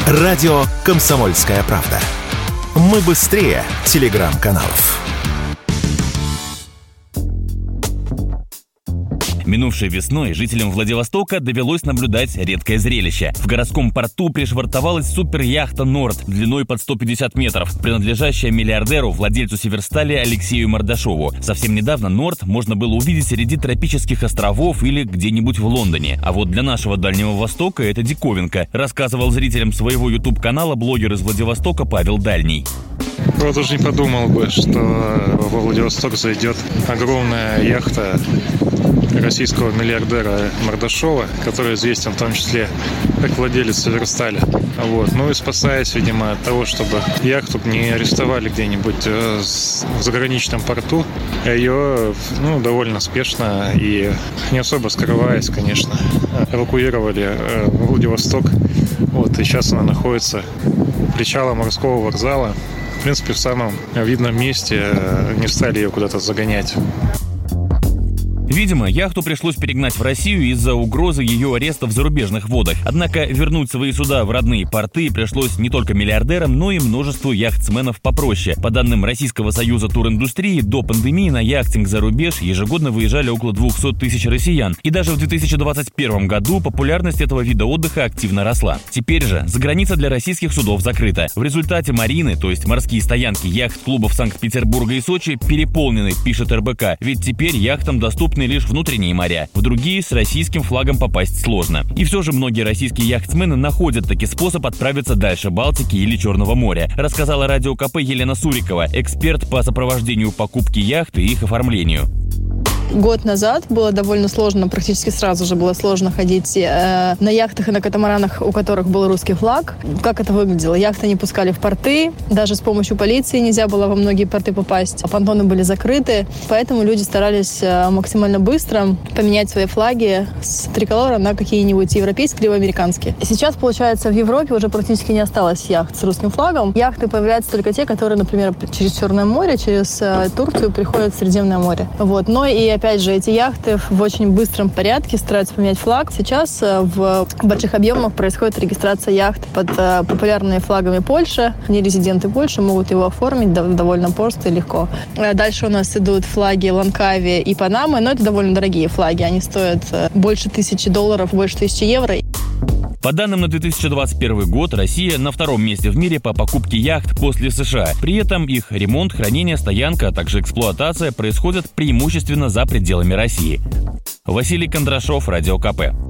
Радио «Комсомольская правда». Мы быстрее телеграм-каналов. Минувшей весной жителям Владивостока довелось наблюдать редкое зрелище. В городском порту пришвартовалась суперяхта «Норд» длиной под 150 метров, принадлежащая миллиардеру, владельцу Северстали Алексею Мордашову. Совсем недавно «Норд» можно было увидеть среди тропических островов или где-нибудь в Лондоне. А вот для нашего Дальнего Востока это диковинка, рассказывал зрителям своего YouTube-канала блогер из Владивостока Павел Дальний. Вот уж не подумал бы, что во Владивосток зайдет огромная яхта российского миллиардера Мордашова, который известен в том числе как владелец Северстали. Вот. Ну и спасаясь, видимо, от того, чтобы яхту не арестовали где-нибудь в заграничном порту, ее довольно спешно и не особо скрываясь, конечно, эвакуировали в Владивосток. Вот. И сейчас она находится у причала морского вокзала. В принципе, в самом видном месте, не стали ее куда-то загонять. Видимо, яхту пришлось перегнать в Россию из-за угрозы ее ареста в зарубежных водах. Однако вернуть свои суда в родные порты пришлось не только миллиардерам, но и множеству яхтсменов попроще. По данным Российского союза туриндустрии, до пандемии на яхтинг за рубеж ежегодно выезжали около 200 тысяч россиян. И даже в 2021 году популярность этого вида отдыха активно росла. Теперь же заграница для российских судов закрыта. В результате марины, то есть морские стоянки яхт-клубов Санкт-Петербурга и Сочи, переполнены, пишет РБК. Ведь теперь яхтам доступны лишь внутренние моря. В другие с российским флагом попасть сложно. И все же многие российские яхтсмены находят таки способ отправиться дальше Балтики или Черного моря, рассказала Радио КП Елена Сурикова, эксперт по сопровождению покупки яхты и их оформлению. Год назад было довольно сложно, практически сразу же было сложно ходить на яхтах и на катамаранах, у которых был русский флаг. Как это выглядело? Яхты не пускали в порты, даже с помощью полиции нельзя было во многие порты попасть, а понтоны были закрыты, поэтому люди старались максимально быстро поменять свои флаги с триколора на какие-нибудь европейские либо американские. Сейчас, получается, в Европе уже практически не осталось яхт с русским флагом. Яхты появляются только те, которые, например, через Черное море, через Турцию приходят в Средиземное море. Вот. Но и опять же, эти яхты в очень быстром порядке стараются поменять флаг. Сейчас в больших объемах происходит регистрация яхт под популярными флагами Польши. Нерезиденты Польши могут его оформить довольно просто и легко. Дальше у нас идут флаги Ланкави и Панамы, но это довольно дорогие флаги. Они стоят больше $1000, больше 1000 евро. По данным на 2021 год, Россия на втором месте в мире по покупке яхт после США. При этом их ремонт, хранение, стоянка, а также эксплуатация происходят преимущественно за пределами России. Василий Кондрашов, Радио КП.